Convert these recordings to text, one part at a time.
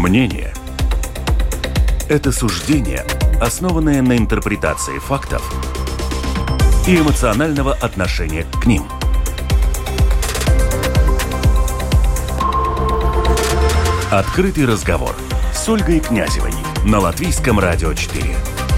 Мнение – это суждение, основанное на интерпретации фактов и эмоционального отношения к ним. Открытый разговор с Ольгой Князевой на Латвийском радио 4.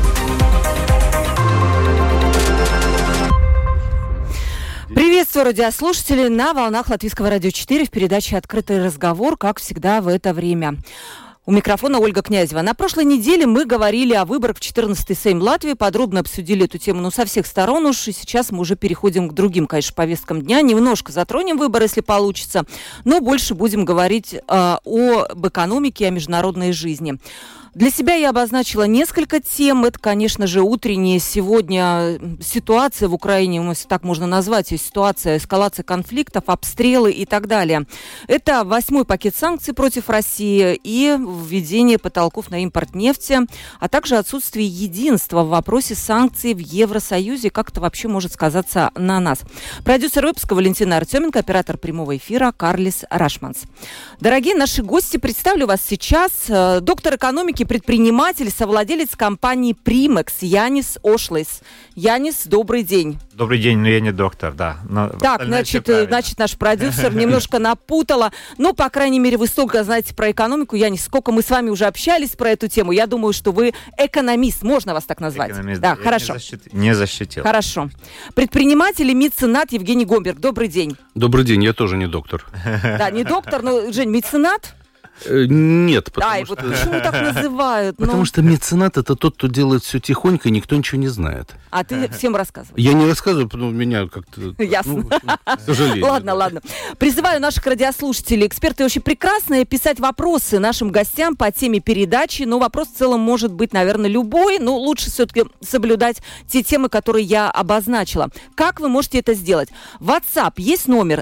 Приветствую, радиослушатели, на волнах Латвийского радио 4 в передаче «Открытый разговор», как всегда в это время. У микрофона Ольга Князева. На прошлой неделе мы говорили о выборах в 14-й Сейм Латвии, подробно обсудили эту тему, со всех сторон уж, и сейчас мы уже переходим к другим, конечно, повесткам дня. Немножко затронем выборы, если получится, но больше будем говорить об экономике, о международной жизни. Для себя я обозначила несколько тем. Это, конечно же, утренняя сегодня ситуация в Украине, если так можно назвать, ситуация, эскалация конфликтов, обстрелы и так далее. Это 8-й пакет санкций против России и введение потолков на импорт нефти, а также отсутствие единства в вопросе санкций в Евросоюзе. Как это вообще может сказаться на нас? Продюсер выпуска Валентина Артеменко, оператор прямого эфира Карлис Рашманс. Дорогие наши гости, представлю вас сейчас. Доктор экономики, предприниматель, совладелец компании Primex Янис Ошлис. Янис, добрый день. Добрый день, но я не доктор, да. Так, значит, наш продюсер немножко напутала. Но, по крайней мере, вы столько знаете про экономику. Янис, сколько мы с вами уже общались про эту тему. Я думаю, что вы экономист. Можно вас так назвать? Экономист, да, хорошо. Не защитил. Хорошо. Предприниматель и меценат Евгений Гомберг. Добрый день. Добрый день, я тоже не доктор. Да, не доктор, но, Жень, меценат? Нет, потому что... Почему так называют? Потому что меценат — это тот, кто делает все тихонько, и никто ничего не знает. А ты всем рассказываешь? Я не рассказываю, потому что меня как-то... Ясно. К сожалению. Ладно. Призываю наших радиослушателей, эксперты очень прекрасные, писать вопросы нашим гостям по теме передачи. Но вопрос в целом может быть, наверное, любой, но лучше все-таки соблюдать те темы, которые я обозначила. Как вы можете это сделать? В WhatsApp есть номер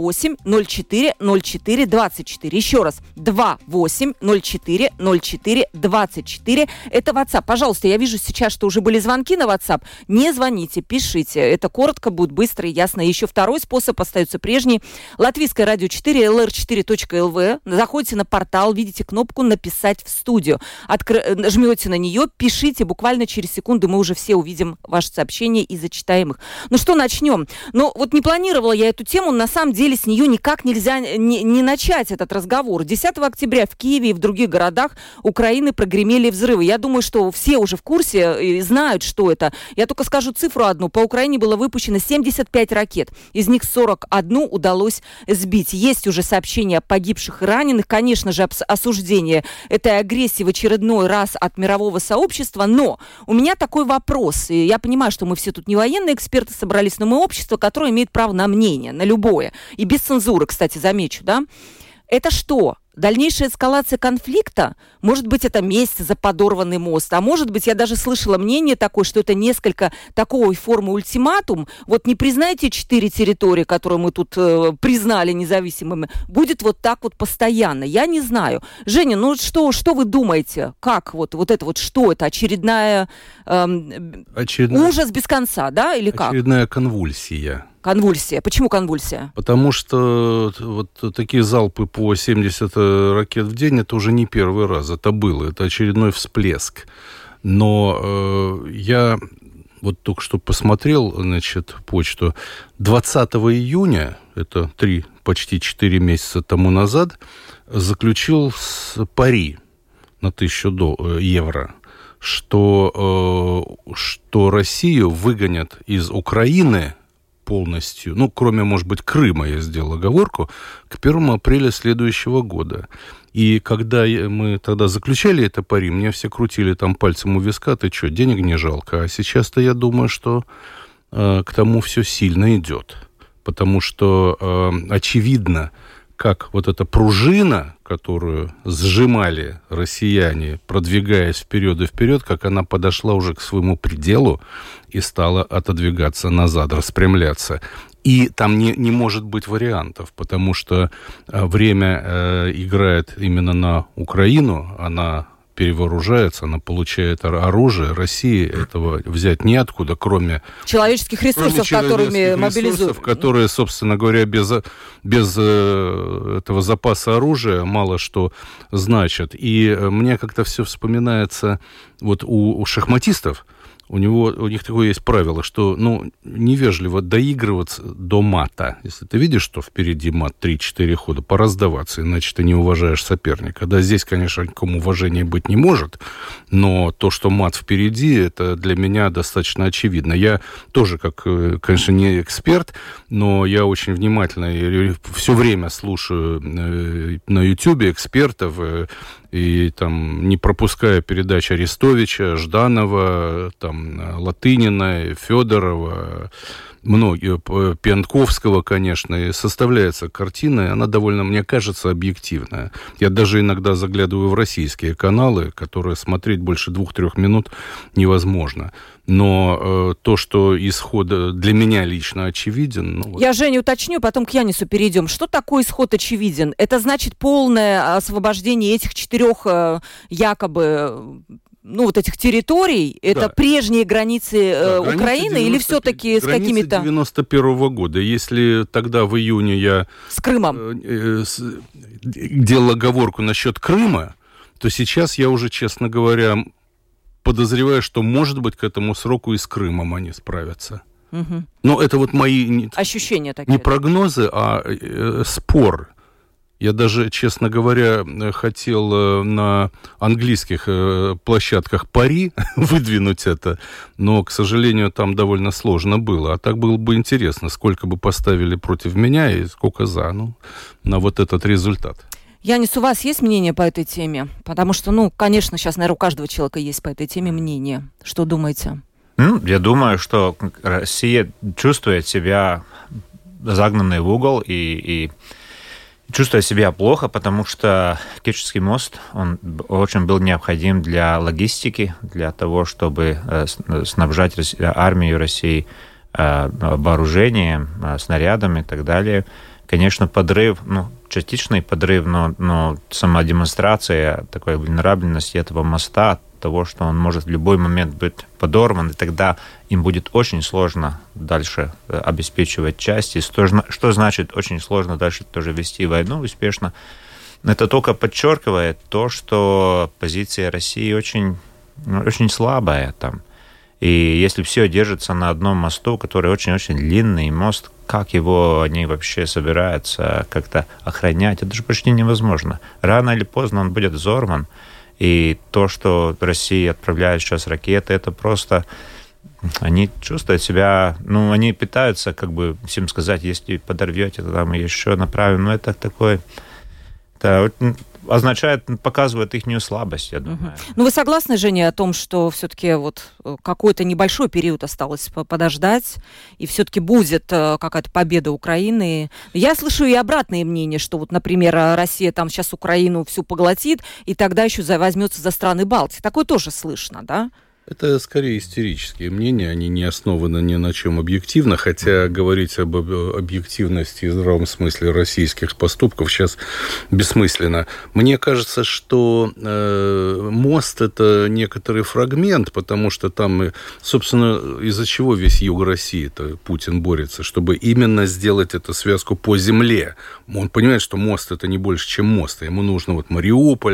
28040424. Еще раз, 28040424. Это WhatsApp. Пожалуйста, я вижу сейчас, что уже были звонки на WhatsApp. Не звоните, пишите. Это коротко, будет быстро и ясно. Еще второй способ остается прежний. Латвийское радио 4, lr4.lv. Заходите на портал, видите кнопку «Написать в студию». Жмете на нее, пишите. Буквально через секунду мы уже все увидим ваши сообщения и зачитаем их. Ну что, начнем. Но вот не планировала я эту тему. На самом деле с нее никак нельзя не начать этот разговор. 10 октября в Киеве и в других городах Украины прогремели взрывы. Я думаю, что все уже в курсе и знают, что это. Я только скажу цифру одну. По Украине было выпущено 75 ракет. Из них 41 удалось сбить. Есть уже сообщения о погибших и раненых. Конечно же, осуждение этой агрессии в очередной раз от мирового сообщества. Но у меня такой вопрос. И я понимаю, что мы все тут не военные эксперты собрались, но мы общество, которое имеет право на мнение, на любое. И без цензуры, кстати, замечу, да? Это что? Дальнейшая эскалация конфликта? Может быть, это месть за подорванный мост. А может быть, я даже слышала мнение такое, что это несколько такой формы ультиматум. Вот не признаете 4 территории, которые мы тут признали независимыми, будет вот так вот постоянно. Я не знаю. Женя, ну что вы думаете? Как вот это вот, что это? Очередная ужас без конца, да? Или как? Очередная конвульсия. Конвульсия. Почему конвульсия? Потому что вот такие залпы по 70 ракет в день, это уже не первый раз. Это было. Это очередной всплеск. Но я вот только что посмотрел, почту. 20 июня, это почти 4 месяца тому назад, заключил с Пари на 1000 евро, что Россию выгонят из Украины полностью, кроме, может быть, Крыма, я сделал оговорку, к 1 апреля следующего года. И когда мы тогда заключали это пари, мне все крутили там пальцем у виска, ты что, денег не жалко? А сейчас-то я думаю, что к тому все сильно идет. Потому что очевидно, как вот эта пружина, которую сжимали россияне, продвигаясь вперед и вперед, как она подошла уже к своему пределу и стала отодвигаться назад, распрямляться. И там не может быть вариантов, потому что время играет именно на Украину, она перевооружается, она получает оружие. России этого взять неоткуда, кроме человеческих ресурсов, которыми мобилизуют. Которые, собственно говоря, без этого запаса оружия мало что значат. И мне как-то все вспоминается вот у шахматистов. У них такое есть правило, что, невежливо доигрываться до мата. Если ты видишь, что впереди мат 3-4 хода, пора сдаваться, иначе ты не уважаешь соперника. Да, здесь, конечно, никакому уважения быть не может, но то, что мат впереди, это для меня достаточно очевидно. Я тоже, конечно, не эксперт, но я очень внимательно все время слушаю на Ютьюбе экспертов, и там, не пропуская передач Арестовича, Жданова, там, Латынина, Федорова, Пьянковского, конечно, и составляется картина, и она довольно, мне кажется, объективная. Я даже иногда заглядываю в российские каналы, которые смотреть больше 2-3 минут невозможно. Но то, что исход для меня лично очевиден... Я Женю уточню, потом к Янису перейдем. Что такое исход очевиден? Это значит полное освобождение этих 4 якобы... этих территорий, это прежние границы Украины, или все-таки с какими-то... Границы 91-го года. Если тогда в июне я... С Крымом. Делал оговорку насчет Крыма, то сейчас я уже, честно говоря, подозреваю, что, может быть, к этому сроку и с Крымом они справятся. Угу. Но это вот мои... Ощущения такие. Не прогнозы, а спор. Я даже, честно говоря, хотел на английских площадках пари выдвинуть это, но, к сожалению, там довольно сложно было. А так было бы интересно, сколько бы поставили против меня и сколько за, на вот этот результат. Янис, у вас есть мнение по этой теме? Потому что, конечно, сейчас, наверное, у каждого человека есть по этой теме мнение. Что думаете? Я думаю, что Россия чувствует себя загнанной в угол и чувствует себя плохо, потому что Керченский мост, он очень был необходим для логистики, для того, чтобы снабжать армию России вооружением, снарядами и так далее. Конечно, подрыв, частичный подрыв, но сама демонстрация такой вульнерабельности этого моста, того, что он может в любой момент быть подорван, и тогда им будет очень сложно дальше обеспечивать части. Что значит очень сложно дальше тоже вести войну успешно? Это только подчеркивает то, что позиция России очень слабая там. И если все держится на одном мосту, который очень-очень длинный мост, как его они вообще собираются как-то охранять, это же почти невозможно. Рано или поздно он будет взорван. И то, что Россия отправляет сейчас ракеты, это просто... Они чувствуют себя... они пытаются, всем сказать, если подорвете, то мы еще направим. Но это такое... Это означает, показывает их слабость, я думаю. Вы согласны, Женя, о том, что все-таки какой-то небольшой период осталось подождать, и все-таки будет какая-то победа Украины? Я слышу и обратные мнения, что например, Россия там сейчас Украину всю поглотит, и тогда еще возьмется за страны Балтии. Такое тоже слышно, да? Это скорее истерические мнения, они не основаны ни на чем объективно, хотя говорить об объективности и здравом смысле российских поступков сейчас бессмысленно. Мне кажется, что мост – это некоторый фрагмент, потому что там, собственно, из-за чего весь юг России-то Путин борется, чтобы именно сделать эту связку по земле. Он понимает, что мост – это не больше, чем мост, ему нужно Мариуполь,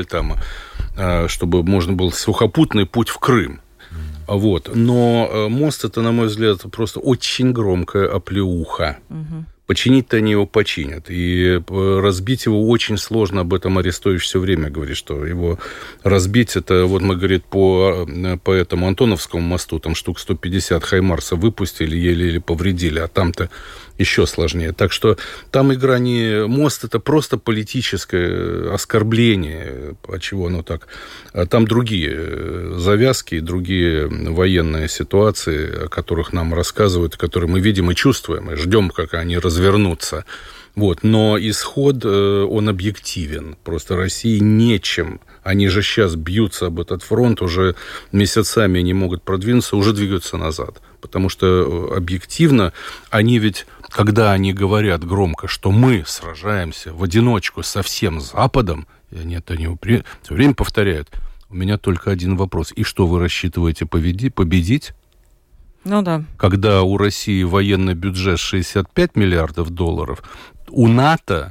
чтобы можно был сухопутный путь в Крым. Но мост – это, на мой взгляд, просто очень громкая оплеуха. Угу. Починить-то они его починят. И разбить его очень сложно. Об этом Арестович все время говорит, что его разбить – это, мы, говорит, по этому Антоновскому мосту, там штук 150 Хаймарса выпустили, еле повредили, а там-то еще сложнее. Так что там игра не... Мост – это просто политическое оскорбление. А чего оно так? А там другие завязки, другие военные ситуации, о которых нам рассказывают, которые мы видим и чувствуем, и ждем, как они развернутся. Но исход, он объективен. Просто России нечем. Они же сейчас бьются об этот фронт, уже месяцами не могут продвинуться, уже двигаются назад. Потому что объективно они ведь, когда они говорят громко, что мы сражаемся в одиночку со всем Западом, и они это все время повторяют, У меня только один вопрос. И что вы рассчитываете победить? Ну да. Когда у России военный бюджет 65 миллиардов долларов, у НАТО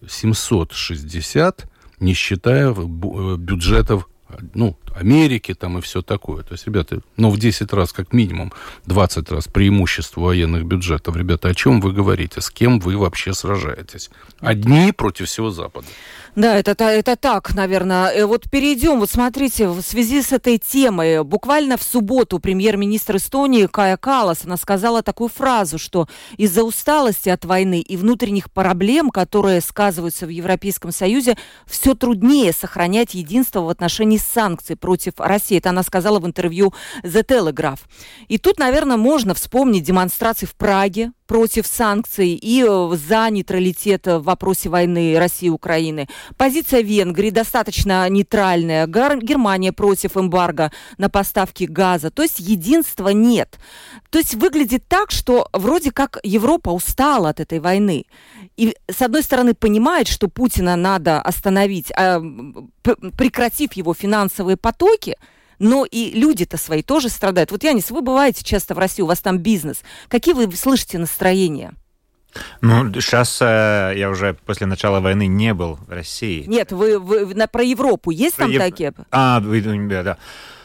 760, не считая бюджетов, Америки там и все такое. То есть, ребята, в 10 раз как минимум, 20 раз преимущество военных бюджетов. Ребята, о чем вы говорите? С кем вы вообще сражаетесь? Одни против всего Запада. Да, это так, наверное. Вот перейдем, вот смотрите, в связи с этой темой, буквально в субботу премьер-министр Эстонии Кая Каллас, она сказала такую фразу, что из-за усталости от войны и внутренних проблем, которые сказываются в Европейском Союзе, все труднее сохранять единство в отношении санкций против России. Это она сказала в интервью The Telegraph. И тут, наверное, можно вспомнить демонстрации в Праге против санкций и за нейтралитет в вопросе войны России и Украины. Позиция Венгрии достаточно нейтральная. Германия против эмбарго на поставки газа. То есть единства нет. То есть выглядит так, что вроде как Европа устала от этой войны. И, с одной стороны, понимает, что Путина надо остановить, прекратив его финансовые потоки, но и люди-то свои тоже страдают. Вот, Янис, вы бываете часто в России, у вас там бизнес. Какие вы слышите настроения? Сейчас я уже после начала войны не был в России. Нет, вы про Европу есть там такие? Да.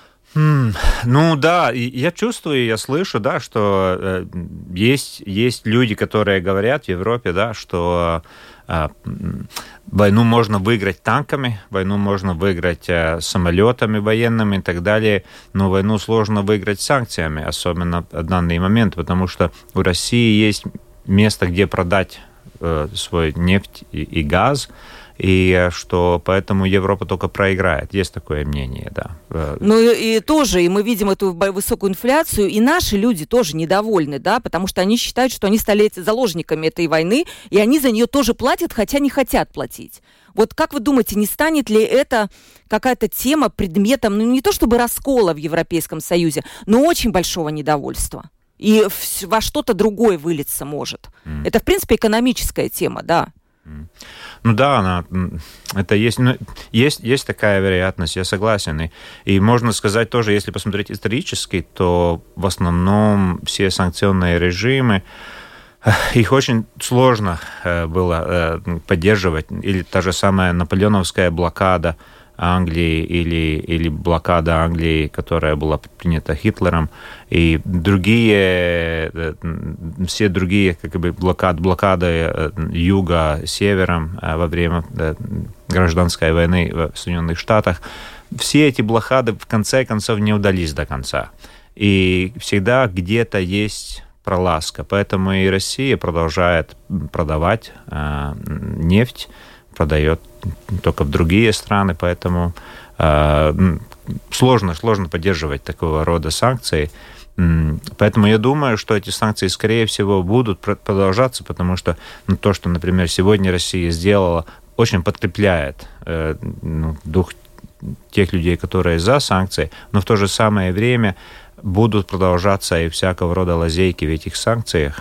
Да, я чувствую, я слышу, да, что есть люди, которые говорят в Европе, да, что войну можно выиграть танками, войну можно выиграть самолетами военными и так далее, но войну сложно выиграть санкциями, особенно в данный момент, потому что у России есть место, где продать свой нефть и газ, и что поэтому Европа только проиграет. Есть такое мнение, да. И тоже, и мы видим эту высокую инфляцию, и наши люди тоже недовольны, да, потому что они считают, что они стали заложниками этой войны, и они за нее тоже платят, хотя не хотят платить. Вот как вы думаете, не станет ли это какая-то тема предметом, не то чтобы раскола в Европейском Союзе, но очень большого недовольства? И во что-то другое вылиться может. Это, в принципе, экономическая тема, да. Это есть, есть такая вероятность, я согласен. И можно сказать тоже, если посмотреть исторически, то в основном все санкционные режимы, их очень сложно было поддерживать. Или та же самая наполеоновская блокада Англии или блокада Англии, которая была принята Гитлером, и все другие блокады юга севером во время гражданской войны в Соединенных Штатах, все эти блокады в конце концов не удались до конца. И всегда где-то есть пролазка. Поэтому и Россия продолжает продавать нефть, продает только в другие страны, поэтому сложно поддерживать такого рода санкции. Поэтому я думаю, что эти санкции, скорее всего, будут продолжаться, потому что то, что, например, сегодня Россия сделала, очень подкрепляет дух тех людей, которые за санкции, но в то же самое время будут продолжаться и всякого рода лазейки в этих санкциях.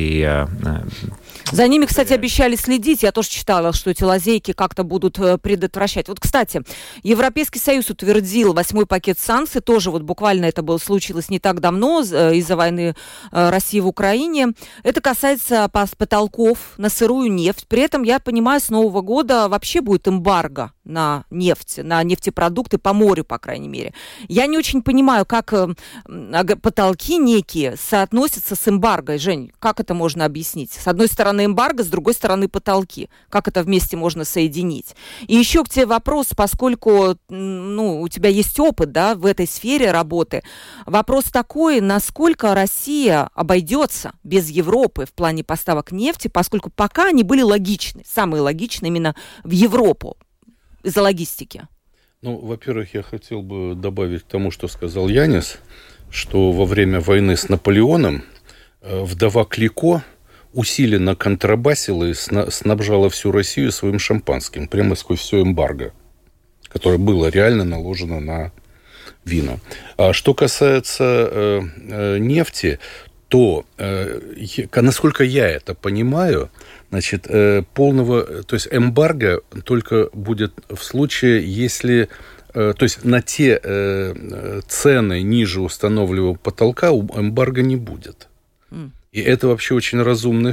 За ними, кстати, обещали следить. Я тоже читала, что эти лазейки как-то будут предотвращать. Вот, кстати, Европейский Союз утвердил 8-й пакет санкций. Тоже вот буквально это случилось не так давно из-за войны России в Украине. Это касается потолков на сырую нефть. При этом, я понимаю, с Нового года вообще будет эмбарго на нефть, на нефтепродукты по морю, по крайней мере. Я не очень понимаю, как потолки некие соотносятся с эмбарго. Жень, как это можно объяснить? С одной стороны эмбарго, с другой стороны потолки. Как это вместе можно соединить? И еще к тебе вопрос, поскольку у тебя есть опыт, да, в этой сфере работы. Вопрос такой, насколько Россия обойдется без Европы в плане поставок нефти, поскольку пока они были логичны, самые логичные именно в Европу из-за логистики. Во-первых, я хотел бы добавить к тому, что сказал Янис, что во время войны с Наполеоном вдова Клико усиленно контрабасила и снабжала всю Россию своим шампанским, прямо сквозь все эмбарго, которое было реально наложено на вина. А что касается нефти, то, насколько я это понимаю, то есть эмбарго только будет в случае, если то есть на те цены ниже установленного потолка эмбарго не будет. И это вообще очень разумный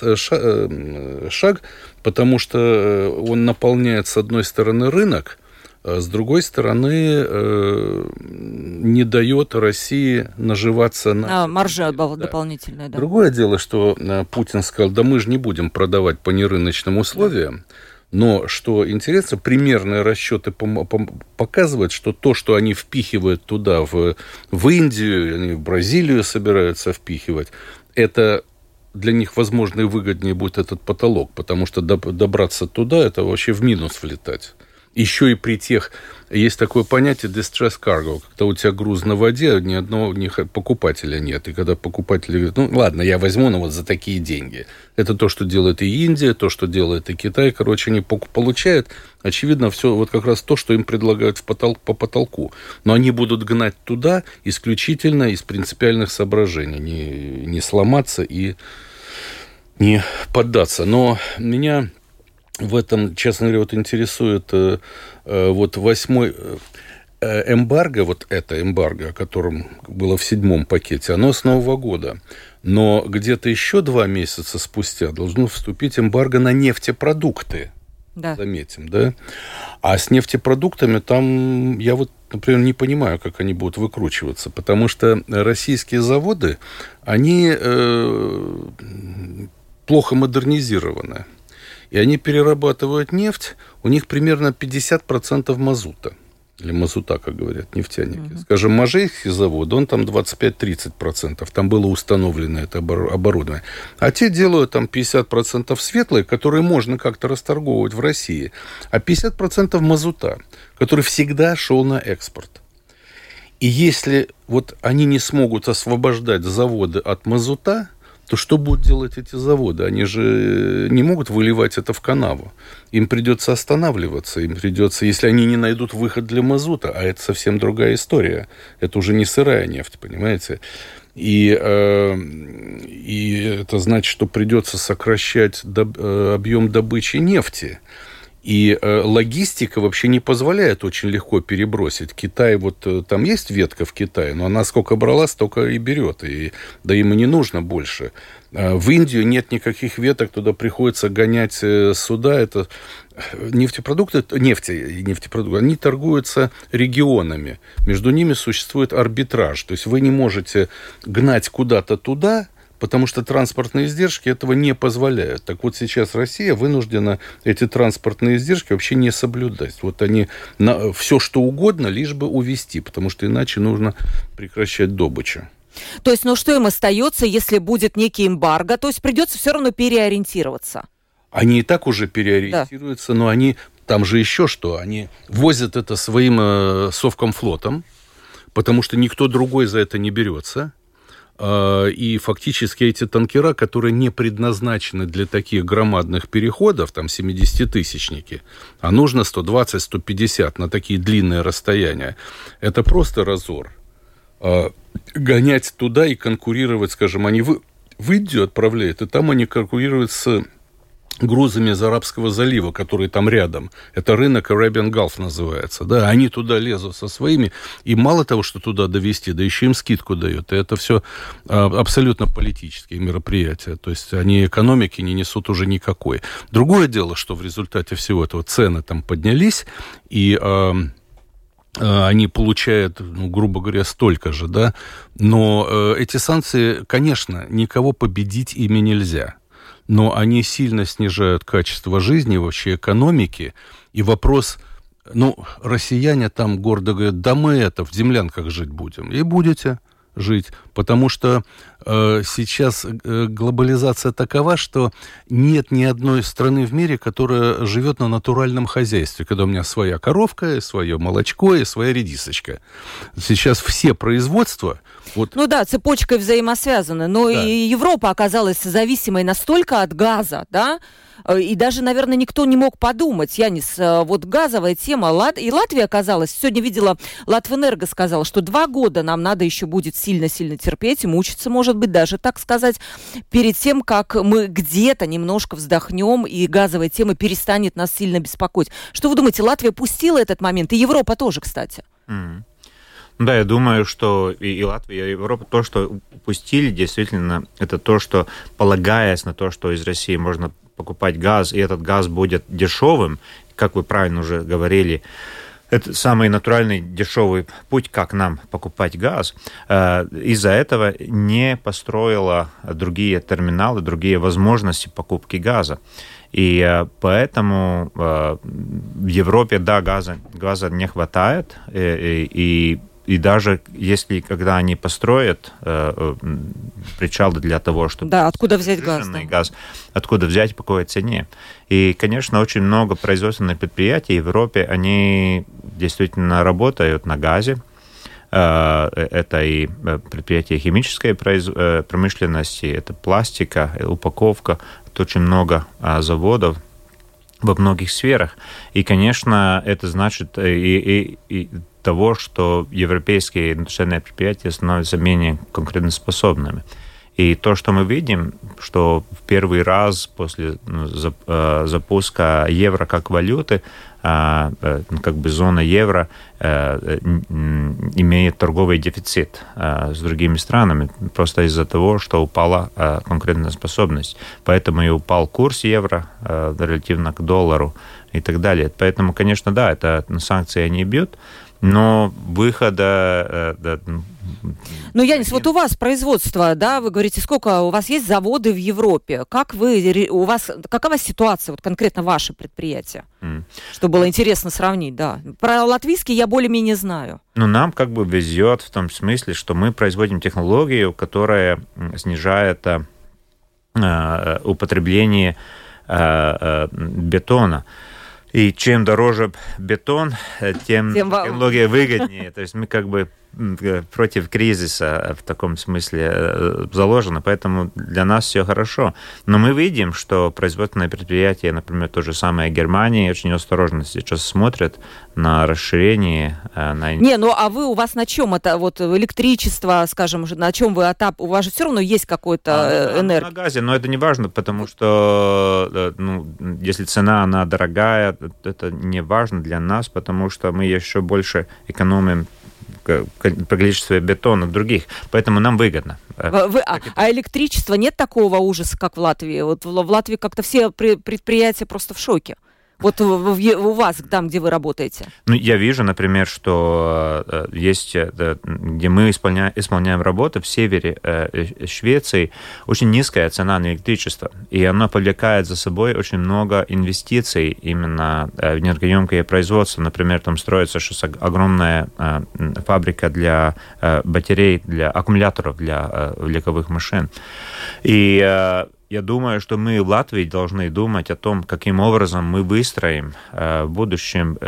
шаг, потому что он наполняет, с одной стороны, рынок, а с другой стороны, не дает России наживаться на... маржа дополнительная, да. Другое дело, что Путин сказал, да мы же не будем продавать по нерыночным условиям, но, что интересно, примерные расчеты показывают, что то, что они впихивают туда, в Индию, они в Бразилию собираются впихивать, это для них, возможно, и выгоднее будет этот потолок, потому что добраться туда, это вообще в минус влетать. Еще и при тех... Есть такое понятие distress cargo, когда у тебя груз на воде, ни одного покупателя нет. И когда покупатели говорят, ладно, я возьму, но вот за такие деньги. Это то, что делает и Индия, то, что делает и Китай. Короче, они получают, очевидно, все вот как раз то, что им предлагают по потолку. Но они будут гнать туда исключительно из принципиальных соображений. Не сломаться и не поддаться. Но меня... В этом, честно говоря, вот интересует вот 8-й эмбарго, вот это эмбарго, о котором было в 7-м пакете, оно с Нового года. Но где-то еще 2 месяца спустя должно вступить эмбарго на нефтепродукты. Да. Заметим, да? А с нефтепродуктами там я вот, например, не понимаю, как они будут выкручиваться, потому что российские заводы, они плохо модернизированы. И они перерабатывают нефть, у них примерно 50% мазута. Или мазута, как говорят нефтяники. Скажем, Можайский завод, он там 25-30%. Там было установлено это оборудование. А те делают там 50% светлые, которые можно как-то расторговывать в России. А 50% мазута, который всегда шел на экспорт. И если вот они не смогут освобождать заводы от мазута, то что будут делать эти заводы? Они же не могут выливать это в канаву. Им придется останавливаться, им придется, если они не найдут выход для мазута, а это совсем другая история. Это уже не сырая нефть, понимаете? И это значит, что придется сокращать объем добычи нефти. И логистика вообще не позволяет очень легко перебросить. Китай, вот там есть ветка в Китае, но она сколько брала, столько и берет. Да им и не нужно больше. В Индию нет никаких веток, туда приходится гонять суда. Это нефтепродукты, они торгуются регионами. Между ними существует арбитраж. То есть вы не можете гнать куда-то туда, потому что транспортные издержки этого не позволяют. Так вот сейчас Россия вынуждена эти транспортные издержки вообще не соблюдать. Вот они на все что угодно, лишь бы увезти, потому что иначе нужно прекращать добычу. То есть, что им остается, если будет некий эмбарго? То есть придется все равно переориентироваться? Они и так уже переориентируются, да. Но они... Там же еще что? Они возят это своим Совкомфлотом, потому что никто другой за это не берется. И фактически эти танкера, которые не предназначены для таких громадных переходов, там 70-тысячники, а нужно 120-150 на такие длинные расстояния, это просто разор. Гонять туда и конкурировать, скажем, они в Индию отправляют, и там они конкурируют с грузами из Арабского залива, которые там рядом. Это рынок Arabian Gulf называется. Да, они туда лезут со своими, и мало того, что туда довести, да еще им скидку дают. И это все абсолютно политические мероприятия. То есть они экономики не несут уже никакой. Другое дело, что в результате всего этого цены там поднялись, и они получают, грубо говоря, столько же, да. Но эти санкции, конечно, никого победить ими нельзя. Но они сильно снижают качество жизни, вообще экономики. И вопрос, россияне там гордо говорят, да мы в землянках жить будем. И будете жить, потому что сейчас глобализация такова, что нет ни одной страны в мире, которая живет на натуральном хозяйстве, когда у меня своя коровка, свое молочко и своя редисочка. Сейчас все производства... цепочкой взаимосвязаны, но да. И Европа оказалась зависимой настолько от газа, да, И даже, наверное, никто не мог подумать, Янис, вот газовая тема, и Латвия оказалась, сегодня видела, Латвэнерго сказала, что 2 года нам надо еще будет сильно-сильно терпеть и мучиться, может быть, даже так сказать, перед тем, как мы где-то немножко вздохнем, и газовая тема перестанет нас сильно беспокоить. Что вы думаете, Латвия пустила этот момент, и Европа тоже, кстати? Да, я думаю, что и Латвия, и Европа, то, что упустили, действительно, это то, что, полагаясь на то, что из России можно покупать газ, и этот газ будет дешевым, как вы правильно уже говорили, это самый натуральный дешевый путь, как нам покупать газ. Из-за этого не построила другие терминалы, другие возможности покупки газа. И поэтому в Европе, да, газа не хватает, и даже если, когда они построят причалы для того, чтобы... Да, откуда взять газ? Газ, откуда взять, по какой цене. И, конечно, очень много производственных предприятий в Европе, они действительно работают на газе. Это и предприятия химической промышленности, это пластика, упаковка. Это очень много заводов во многих сферах. И, конечно, это значит и того, что европейские индустриальные предприятия становятся менее конкурентоспособными. И то, что мы видим, что в первый раз после запуска евро как валюты, как бы зона евро имеет торговый дефицит с другими странами, просто из-за того, что упала конкурентоспособность. Поэтому и упал курс евро релятивно к доллару и так далее. Поэтому, конечно, да, это санкции они бьют, но выхода... Ну, Янис, вот у вас производство, да, вы говорите, сколько у вас есть заводы в Европе? Какова ситуация, вот конкретно ваше предприятие? Что было интересно сравнить, да. Про латвийский я более-менее знаю. Ну, нам как бы везет в том смысле, что мы производим технологию, которая снижает употребление бетона. И чем дороже бетон, тем технология выгоднее. То есть мы как бы против кризиса в таком смысле заложено, поэтому для нас все хорошо. Но мы видим, что производственные предприятия, например, то же самое Германия, очень осторожно сейчас смотрят на расширение. А у вас на чем это? Вот электричество, скажем, на чем вы у вас же все равно есть какой-то энергия. На газе, но это не важно, потому что если цена, она дорогая, это не важно для нас, потому что мы еще больше экономим по количеству бетона других, поэтому нам выгодно. А электричество нет такого ужаса, как в Латвии? Вот в Латвии как-то все предприятия просто в шоке. Вот у вас, там, где вы работаете? Ну, я вижу, например, что есть, где мы исполняем работу в севере Швеции, очень низкая цена на электричество, и оно повлекает за собой очень много инвестиций именно в энергоемкое производство. Например, там строится сейчас огромная фабрика для батарей, для аккумуляторов для легковых машин. И я думаю, что мы в Латвии должны думать о том, каким образом мы выстроим в будущем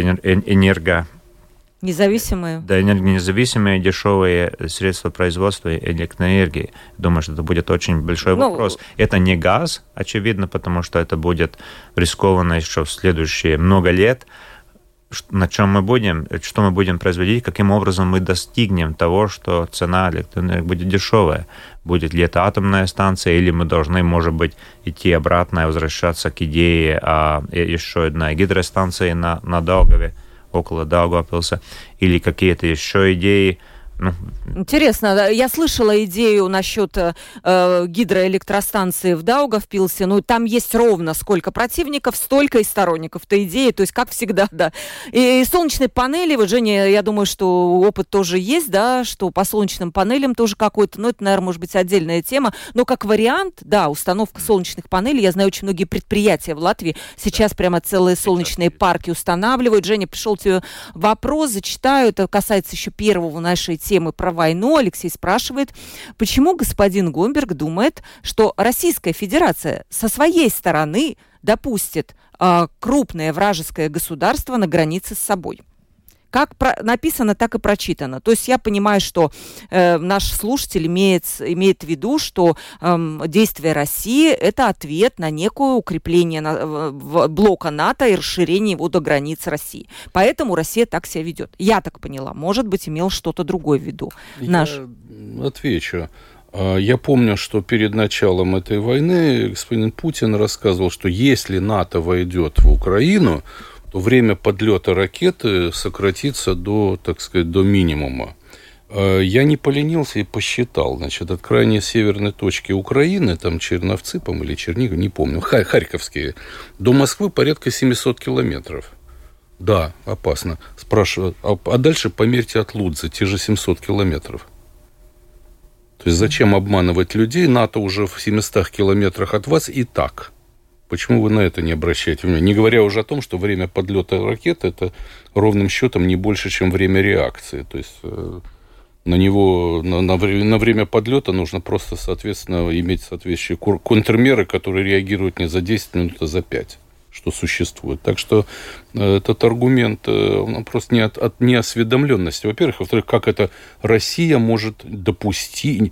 энергонезависимые дешевые средства производства электроэнергии. Думаю, что это будет очень большой вопрос. Это не газ, очевидно, потому что это будет рискованно еще в следующие много лет. На чем мы будем, что мы будем производить, каким образом мы достигнем того, что цена электроэнергии будет дешевая. Будет ли это атомная станция, или мы должны, может быть, идти обратно и возвращаться к идее еще одной гидростанции на Даугаве, около Даугавпилса, или какие-то еще идеи. Интересно, я слышала идею насчет гидроэлектростанции в Даугавпилсе, там есть ровно сколько противников, столько и сторонников этой идеи, то есть как всегда, да. И солнечные панели, вот, Женя, я думаю, что опыт тоже есть, да, что по солнечным панелям тоже какой-то, это, наверное, может быть отдельная тема, но как вариант, да, установка солнечных панелей, я знаю, очень многие предприятия в Латвии сейчас прямо целые солнечные парки устанавливают. Женя, пришел тебе вопрос, зачитаю, это касается еще первого нашей темы про войну. Алексей спрашивает, почему господин Гомберг думает, что Российская Федерация со своей стороны допустит крупное вражеское государство на границе с собой? Как написано, так и прочитано. То есть я понимаю, что наш слушатель имеет в виду, что действия России – это ответ на некое укрепление блока НАТО и расширение его до границ России. Поэтому Россия так себя ведет. Я так поняла. Может быть, имел что-то другое в виду. Я отвечу. Я помню, что перед началом этой войны господин Путин рассказывал, что если НАТО войдет в Украину, то время подлета ракеты сократится до, так сказать, до минимума. Я не поленился и посчитал. Значит, от крайней северной точки Украины, там Черновцы, или Чернигов, не помню, Харьковские, до Москвы порядка 700 километров. Да, опасно. Спрашиваю, а дальше померьте от Лудзы, те же 700 километров. То есть зачем обманывать людей? НАТО уже в 700 километрах от вас и так. Почему вы на это не обращаете внимания? Не говоря уже о том, что время подлета ракеты – это ровным счетом не больше, чем время реакции. То есть на него, на время подлета нужно просто, соответственно, иметь соответствующие контрмеры, которые реагируют не за 10 минут, а за 5, что существует. Так что этот аргумент он просто не от неосведомленности. Во-первых. Во-вторых, как это Россия может допустить,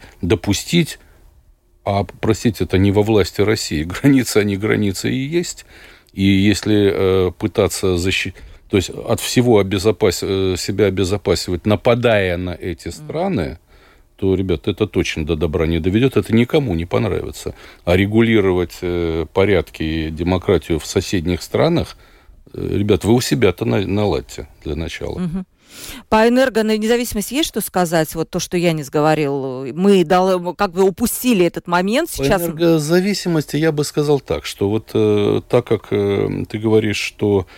а, простите, это не во власти России. Границы, они границы и есть. И если пытаться то есть от всего себя обезопасивать, нападая на эти страны, то, ребят, это точно до добра не доведет, это никому не понравится. А регулировать порядки и демократию в соседних странах, ребят, вы у себя-то наладьте для начала. Угу. По энергонезависимости есть что сказать? Вот то, что я не сговорил. Мы как бы упустили этот момент сейчас. По энергозависимости я бы сказал так, что вот так как ты говоришь, что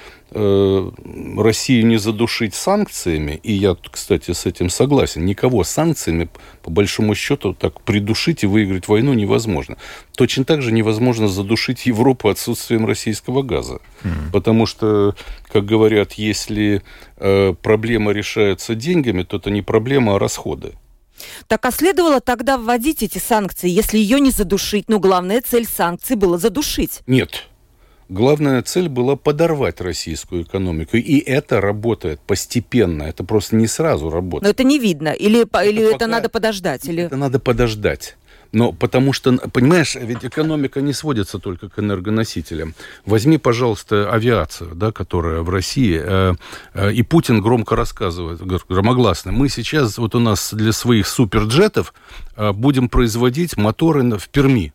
Россию не задушить санкциями, и я, кстати, с этим согласен, никого санкциями, по большому счету, так придушить и выиграть войну невозможно. Точно так же невозможно задушить Европу отсутствием российского газа. Потому что, как говорят, если проблема решается деньгами, то это не проблема, а расходы. Так, а следовало тогда вводить эти санкции, если ее не задушить? Но главная цель санкций была задушить. Нет. Главная цель была подорвать российскую экономику. И это работает постепенно. Это просто не сразу работает. Но это не видно. Или это надо подождать? Или... Это надо подождать. Но потому что, понимаешь, ведь экономика не сводится только к энергоносителям. Возьми, пожалуйста, авиацию, да, которая в России. И Путин громко рассказывает, громогласно. Мы сейчас, вот у нас для своих суперджетов будем производить моторы в Перми.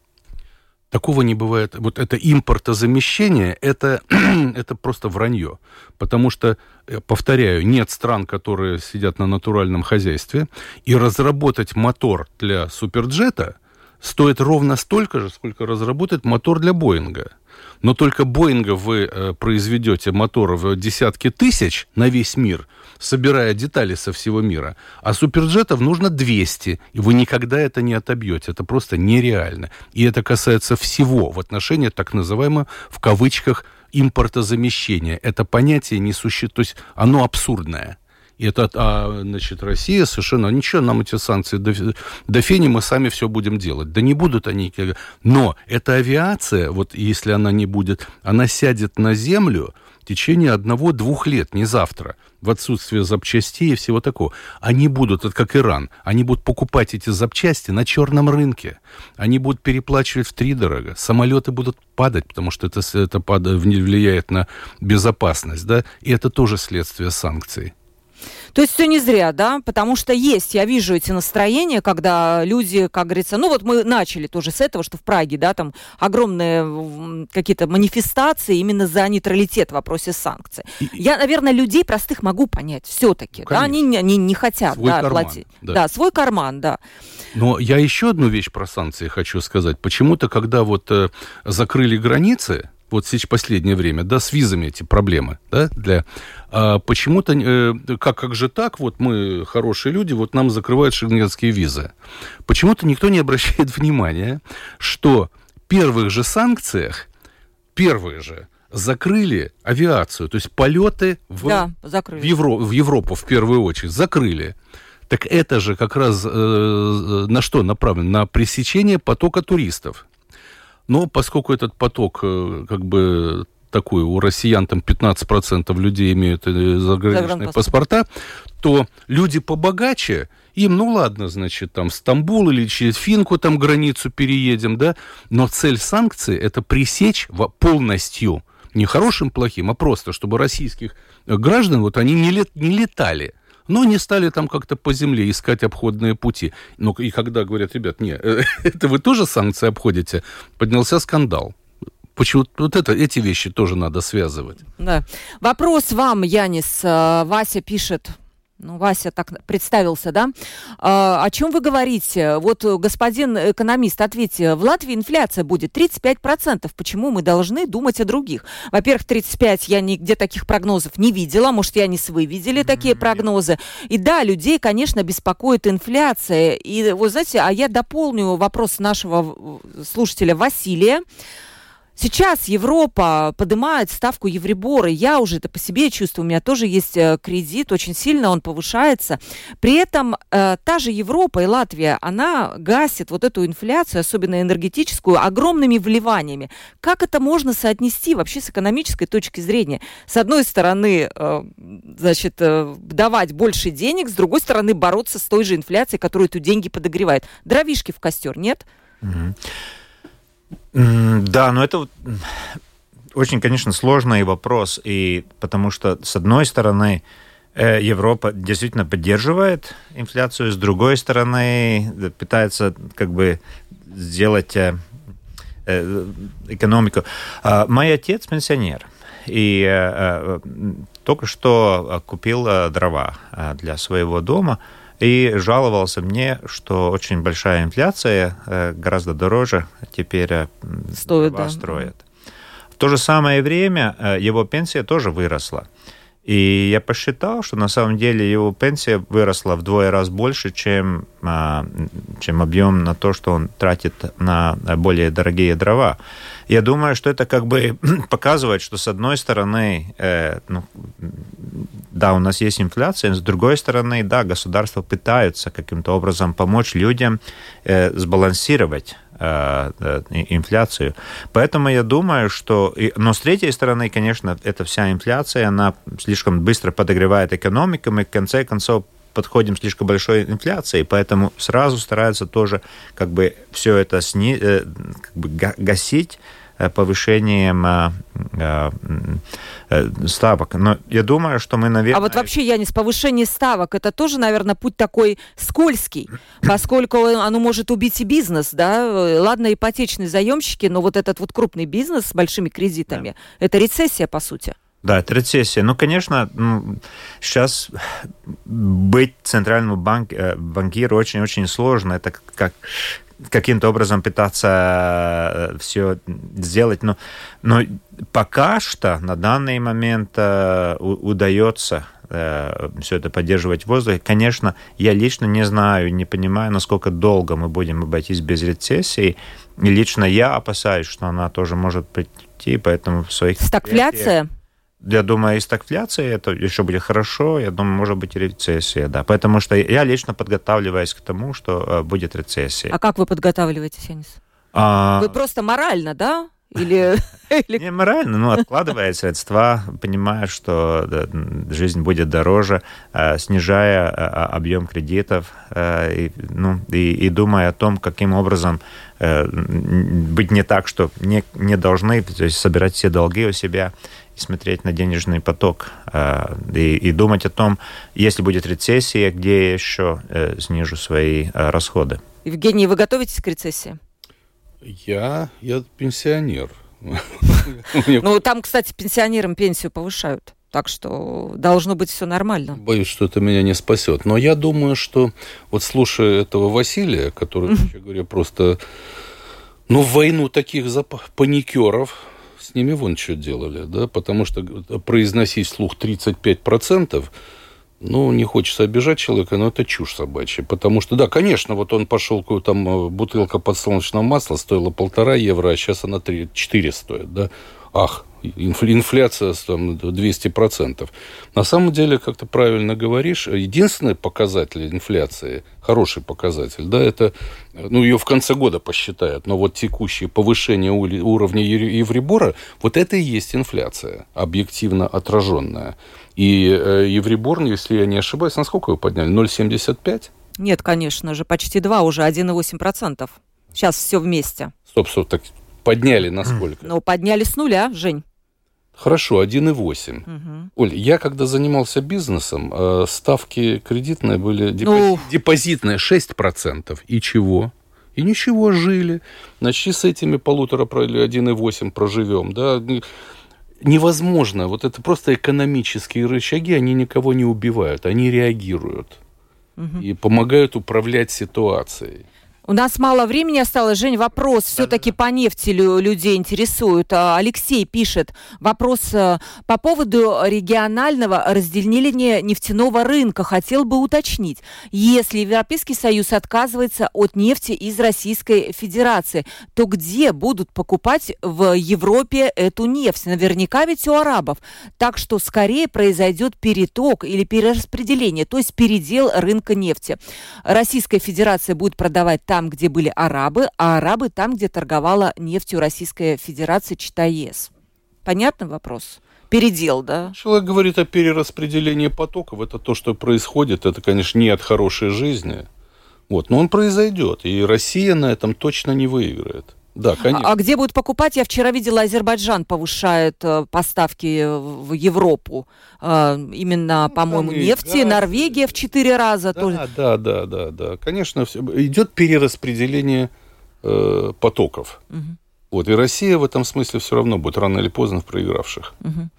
Такого не бывает. Вот это импортозамещение, это просто вранье. Потому что, повторяю, нет стран, которые сидят на натуральном хозяйстве, и разработать мотор для суперджета стоит ровно столько же, сколько разработать мотор для Боинга. Но только Боинга вы произведете моторов в десятки тысяч на весь мир, собирая детали со всего мира. А суперджетов нужно 200, и вы никогда это не отобьете. Это просто нереально. И это касается всего в отношении так называемого, в кавычках, импортозамещения. Это понятие не существует, то есть оно абсурдное. И это, значит, Россия совершенно... Ничего, нам эти санкции до фени, мы сами все будем делать. Да не будут они... Но эта авиация, вот если она не будет... Она сядет на землю в течение 1-2 лет, не завтра, в отсутствие запчастей и всего такого. Они будут, это как Иран, они будут покупать эти запчасти на черном рынке. Они будут переплачивать втридорога. Самолеты будут падать, потому что это влияет на безопасность, да? И это тоже следствие санкций. То есть все не зря, да? Потому что я вижу эти настроения, когда люди, как говорится, ну вот мы начали тоже с этого, что в Праге, да, там огромные какие-то манифестации именно за нейтралитет в вопросе санкций. Я, наверное, людей простых могу понять все-таки, да? Они не хотят платить. Да. Да, свой карман, да. Но я еще одну вещь про санкции хочу сказать. Почему-то, когда вот закрыли границы, вот сейчас последнее время, да, с визами эти проблемы, да, почему-то, как же так, вот мы хорошие люди, вот нам закрывают шенгенские визы. Почему-то никто не обращает внимания, что в первых же санкциях, закрыли авиацию, то есть полеты в Европу в первую очередь, закрыли. Так это же как раз на что направлено? На пресечение потока туристов. Но поскольку этот поток как бы такой, у россиян там 15% людей имеют заграничные паспорта, то люди побогаче, им, ну ладно, значит, там Стамбул или через Финку там границу переедем, да, но цель санкций – это пресечь полностью, не хорошим, плохим, а просто, чтобы российских граждан, вот они не летали, но не стали там как-то по земле искать обходные пути. Ну, и когда говорят, ребят, не, это вы тоже санкции обходите, поднялся скандал. Почему вот эти вещи тоже надо связывать. Да. Вопрос вам, Янис. Вася пишет. Ну, Вася так представился, да? О чем вы говорите? Вот, господин экономист, ответьте. В Латвии инфляция будет 35%. Почему мы должны думать о других? Во-первых, 35% я нигде таких прогнозов не видела. Может, Янис, вы видели такие прогнозы? И да, людей, конечно, беспокоит инфляция. И, вы знаете, а я дополню вопрос нашего слушателя Василия. Сейчас Европа поднимает ставку Еврибора. Я уже это по себе чувствую. У меня тоже есть кредит. Очень сильно он повышается. При этом та же Европа и Латвия, она гасит вот эту инфляцию, особенно энергетическую, огромными вливаниями. Как это можно соотнести вообще с экономической точки зрения? С одной стороны, значит, давать больше денег, с другой стороны, бороться с той же инфляцией, которая эти деньги подогревает. Дровишки в костер, нет? Да, но это очень, конечно, сложный вопрос, и потому что, с одной стороны, Европа действительно поддерживает инфляцию, с другой стороны, пытается как бы сделать экономику. Мой отец пенсионер, и только что купил дрова для своего дома, и жаловался мне, что очень большая инфляция, гораздо дороже теперь строят. В то же самое время его пенсия тоже выросла. И я посчитал, что на самом деле его пенсия выросла вдвое раз больше, чем объем на то, что он тратит на более дорогие дрова. Я думаю, что это как бы показывает, что с одной стороны, да, у нас есть инфляция, но с другой стороны, да, государство пытается каким-то образом помочь людям сбалансировать инфляцию. Поэтому я думаю, что... Но с третьей стороны, конечно, эта вся инфляция, она слишком быстро подогревает экономику, мы в конце концов подходим к слишком большой инфляции, поэтому сразу стараются тоже как бы все это гасить повышением ставок. Но я думаю, что мы, наверное... А вот вообще, Янис, повышение ставок, это тоже, наверное, путь такой скользкий, поскольку оно может убить и бизнес, да? Ладно, ипотечные заемщики, но вот этот вот крупный бизнес с большими кредитами, это рецессия, по сути. Да, это рецессия. Ну, конечно, сейчас быть центральному банкиру очень-очень сложно. Это как каким-то образом пытаться все сделать. Но пока что на данный момент удается все это поддерживать в воздухе. Конечно, я лично не знаю, не понимаю, насколько долго мы будем обойтись без рецессии. И лично я опасаюсь, что она тоже может прийти, поэтому в своих... Стагфляция? Я думаю, и стагфляция, это еще будет хорошо, я думаю, может быть и рецессия, да. Потому что я лично подготавливаюсь к тому, что будет рецессия. А как вы подготавливаетесь, Янис? Вы просто морально, да? Или... Не морально, откладывая средства, понимая, что жизнь будет дороже, снижая объем кредитов и думая о том, каким образом быть не так, что не должны, то есть собирать все долги у себя и смотреть на денежный поток, и думать о том, если будет рецессия, где я еще снижу свои расходы. Евгений, вы готовитесь к рецессии? Я пенсионер. Ну, там, кстати, пенсионерам пенсию повышают. Так что должно быть все нормально. Боюсь, что это меня не спасет. Но я думаю, что вот слушая этого Василия, который, вообще говоря, просто... в войну таких паникеров, с ними вон что делали, да? Потому что произносить вслух 35%, не хочется обижать человека, но это чушь собачья. Потому что, да, конечно, вот он пошел, там бутылка подсолнечного масла стоила 1,5 евро, а сейчас она 4 стоит, да? Ах, инфляция там 200%. На самом деле, как ты правильно говоришь, единственный показатель инфляции, хороший показатель, да, это, ее в конце года посчитают, но вот текущее повышение уровня Еврибора, вот это и есть инфляция, объективно отраженная. И Еврибор, если я не ошибаюсь, на сколько его подняли? 0,75? Нет, конечно же, почти 2, уже 1,8%. Сейчас все вместе. Стоп, так подняли на сколько? Ну, подняли с нуля, Жень. Хорошо, 1,8. Оль, я когда занимался бизнесом, ставки кредитные были, депозитные 6%. И чего? И ничего, жили. Значит, с этими 1,5 проживем, да. Невозможно. Вот это просто экономические рычаги, они никого не убивают, они реагируют и помогают управлять ситуацией. У нас мало времени осталось. Жень, вопрос все-таки по нефти людей интересует. Алексей пишет. Вопрос по поводу регионального разделения нефтяного рынка. Хотел бы уточнить. Если Европейский Союз отказывается от нефти из Российской Федерации, то где будут покупать в Европе эту нефть? Наверняка ведь у арабов. Так что скорее произойдет переток или перераспределение, то есть передел рынка нефти. Российская Федерация будет продавать там, где были арабы, а арабы там, где торговала нефтью Российская Федерация, читай ЕС. Понятный вопрос? Передел, да? Человек говорит о перераспределении потоков. Это то, что происходит. Это, конечно, не от хорошей жизни. Но он произойдет. И Россия на этом точно не выиграет. Да, конечно. А где будут покупать? Я вчера видела, Азербайджан повышает поставки в Европу. Именно, по-моему, нефти. Газ. Норвегия в 4 раза. Да. Конечно, идет перераспределение потоков. И Россия в этом смысле все равно будет рано или поздно в проигравших.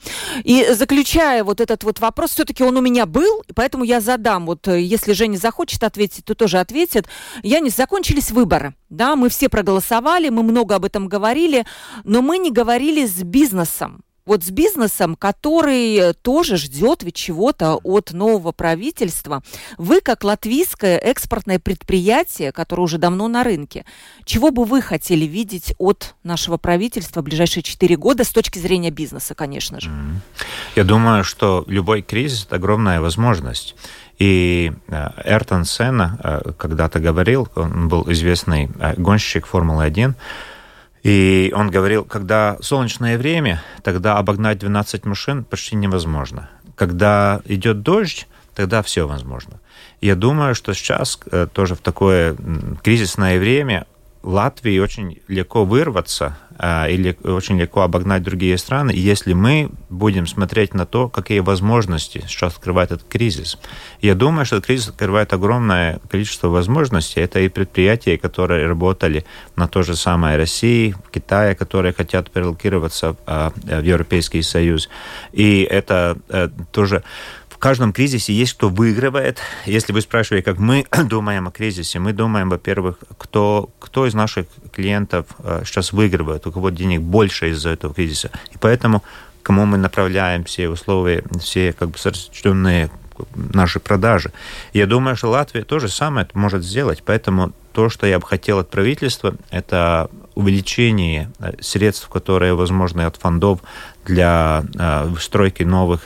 И заключая вот этот вот вопрос, все-таки он у меня был, поэтому я задам. Вот если Женя захочет ответить, то тоже ответит. Закончились выборы. Да, мы все проголосовали, мы много об этом говорили, но мы не говорили с бизнесом. Вот с бизнесом, который тоже ждет ведь чего-то от нового правительства. Вы, как латвийское экспортное предприятие, которое уже давно на рынке, чего бы вы хотели видеть от нашего правительства в ближайшие 4 года с точки зрения бизнеса, конечно же? Я думаю, что любой кризис – это огромная возможность. И Эртон Сенна когда-то говорил, он был известный гонщик Формулы-1, и он говорил, когда солнечное время, тогда обогнать 12 машин почти невозможно. Когда идет дождь, тогда все возможно. Я думаю, что сейчас тоже в такое кризисное время Латвии очень легко вырваться или очень легко обогнать другие страны, если мы будем смотреть на то, какие возможности сейчас открывает этот кризис. Я думаю, что этот кризис открывает огромное количество возможностей. Это и предприятия, которые работали на то же самое России, в Китае, которые хотят перелокироваться в Европейский Союз. И это тоже... В каждом кризисе есть кто выигрывает. Если вы спрашиваете, как мы думаем о кризисе, мы думаем, во-первых, кто из наших клиентов сейчас выигрывает, у кого денег больше из-за этого кризиса. И поэтому кому мы направляем все условия, все сочтенные наши продажи. Я думаю, что Латвия то же самое может сделать. Поэтому то, что я бы хотел от правительства, это увеличение средств, которые возможны от фондов для стройки новых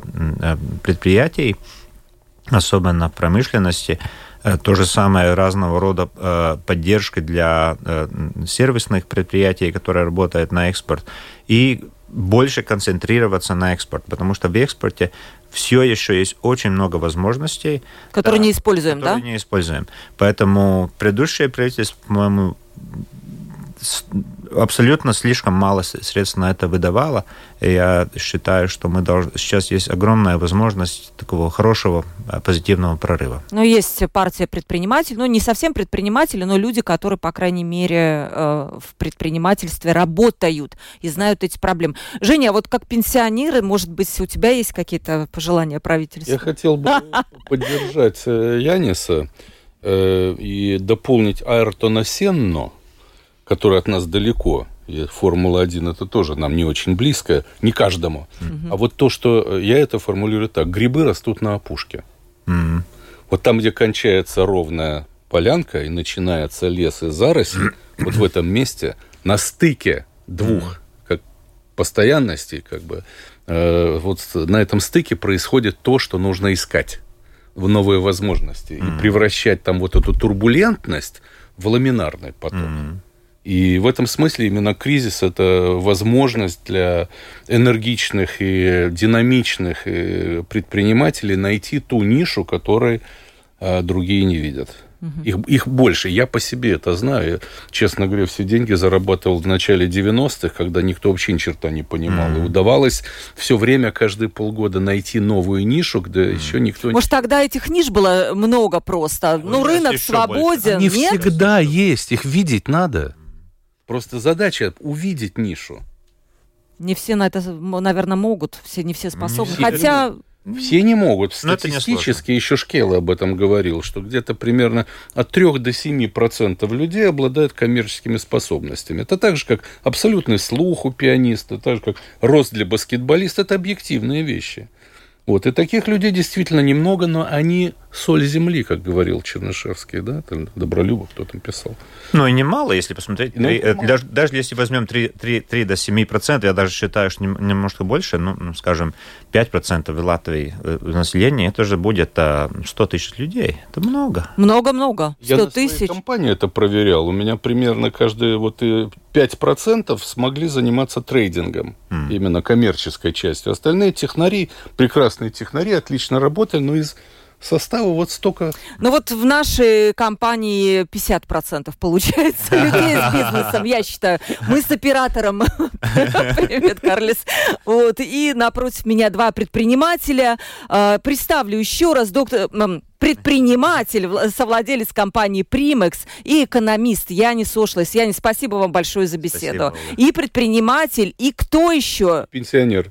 предприятий, особенно в промышленности. То же самое разного рода поддержка для сервисных предприятий, которые работают на экспорт. И больше концентрироваться на экспорт, потому что в экспорте все еще есть очень много возможностей. Которые не используем, да? Которые не используем. Поэтому предыдущее правительство, по-моему, абсолютно слишком мало средств на это выдавало. И я считаю, что сейчас есть огромная возможность такого хорошего, позитивного прорыва. Но есть партия предпринимателей, не совсем предприниматели, но люди, которые, по крайней мере, в предпринимательстве работают и знают эти проблемы. Женя, а вот как пенсионеры, может быть, у тебя есть какие-то пожелания правительству? Я хотел бы поддержать Яниса и дополнить Айртона Сенну, который от нас далеко. И Формула-1 это тоже нам не очень близко, не каждому. А вот то, что я это формулирую так: грибы растут на опушке. Вот там, где кончается ровная полянка и начинается лес и заросль, вот в этом месте, на стыке двух, как постоянности, как бы, вот на этом стыке происходит то, что нужно искать в новые возможности и превращать там вот эту турбулентность в ламинарный поток. И в этом смысле именно кризис – это возможность для энергичных и динамичных предпринимателей найти ту нишу, которой другие не видят. Их больше. Я по себе это знаю. Я, честно говоря, все деньги зарабатывал в начале 90-х, когда никто вообще ни черта не понимал. И удавалось все время, каждые полгода найти новую нишу, где еще никто не... Может, тогда этих ниш было много просто? Ну, рынок свободен, Они нет? всегда есть. Их видеть надо. Просто задача увидеть нишу. Не все на это, наверное, могут. Не все способны. Не все. Хотя... Все не могут. Но это Статистически еще Шкеле об этом говорил, что где-то примерно от 3 до 7% людей обладают коммерческими способностями. Это так же, как абсолютный слух у пианиста, так же, как рост для баскетболиста. Это объективные вещи. Вот. И таких людей действительно немного, но они соль земли, как говорил Чернышевский, да? Добролюбов, кто там писал. Ну и немало, если посмотреть. Даже если возьмем 3 до 7%, я даже считаю, что немножко больше, ну, скажем, 5% в Латвии населения, это же будет 100 тысяч людей. Это много. Много-много. 100 Я на тысяч. своей компании это проверял. У меня примерно каждые 5% смогли заниматься трейдингом, именно коммерческой частью. Остальные технари, прекрасные технари, отлично работали, но из состава вот столько... Ну вот в нашей компании 50% получается людей с бизнесом, я считаю. Мы с оператором. Привет, Карлис. Вот. И напротив меня 2 предпринимателя. Представлю еще раз предприниматель, совладелец компании Primex и экономист Янис Ошлес. Янис, спасибо вам большое за беседу. И предприниматель, и кто еще? Пенсионер.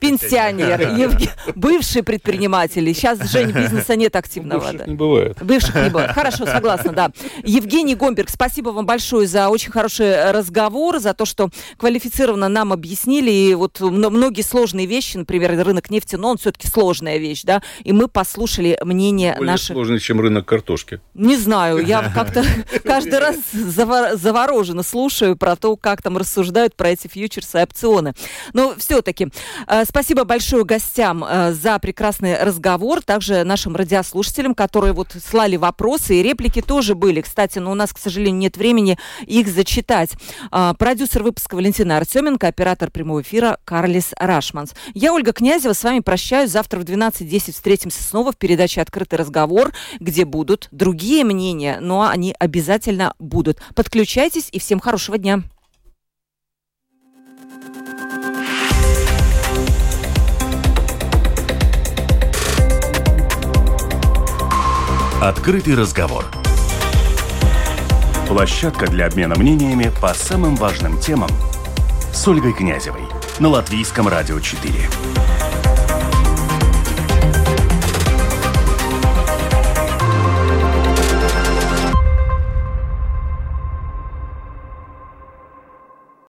Бывший предприниматель. Сейчас, Жень, бизнеса нет активного. Бывших не бывает. Бывших не бывает. Хорошо, согласна, да. Евгений Гомберг, спасибо вам большое за очень хороший разговор, за то, что квалифицированно нам объяснили. И вот многие сложные вещи, например, рынок нефти, но он все-таки сложная вещь, да, и мы послушали мнение наших... Сложный, чем рынок картошки. Не знаю, я как-то каждый раз завороженно слушаю про то, как там рассуждают про эти фьючерсы и опционы. Но все-таки спасибо большое гостям за прекрасный разговор, также нашим радиослушателям, которые вот слали вопросы, и реплики тоже были. Кстати, но у нас, к сожалению, нет времени их зачитать. Продюсер выпуска Валентина Артеменко, оператор прямого эфира Карлис Рашманс. Я, Ольга Князева, с вами прощаюсь. Завтра в 12:10 встретимся снова в передаче «Открытый разговор», где будут другие мнения, но они обязательно будут. Подключайтесь и всем хорошего дня. «Открытый разговор». Площадка для обмена мнениями по самым важным темам с Ольгой Князевой на Латвийском радио 4.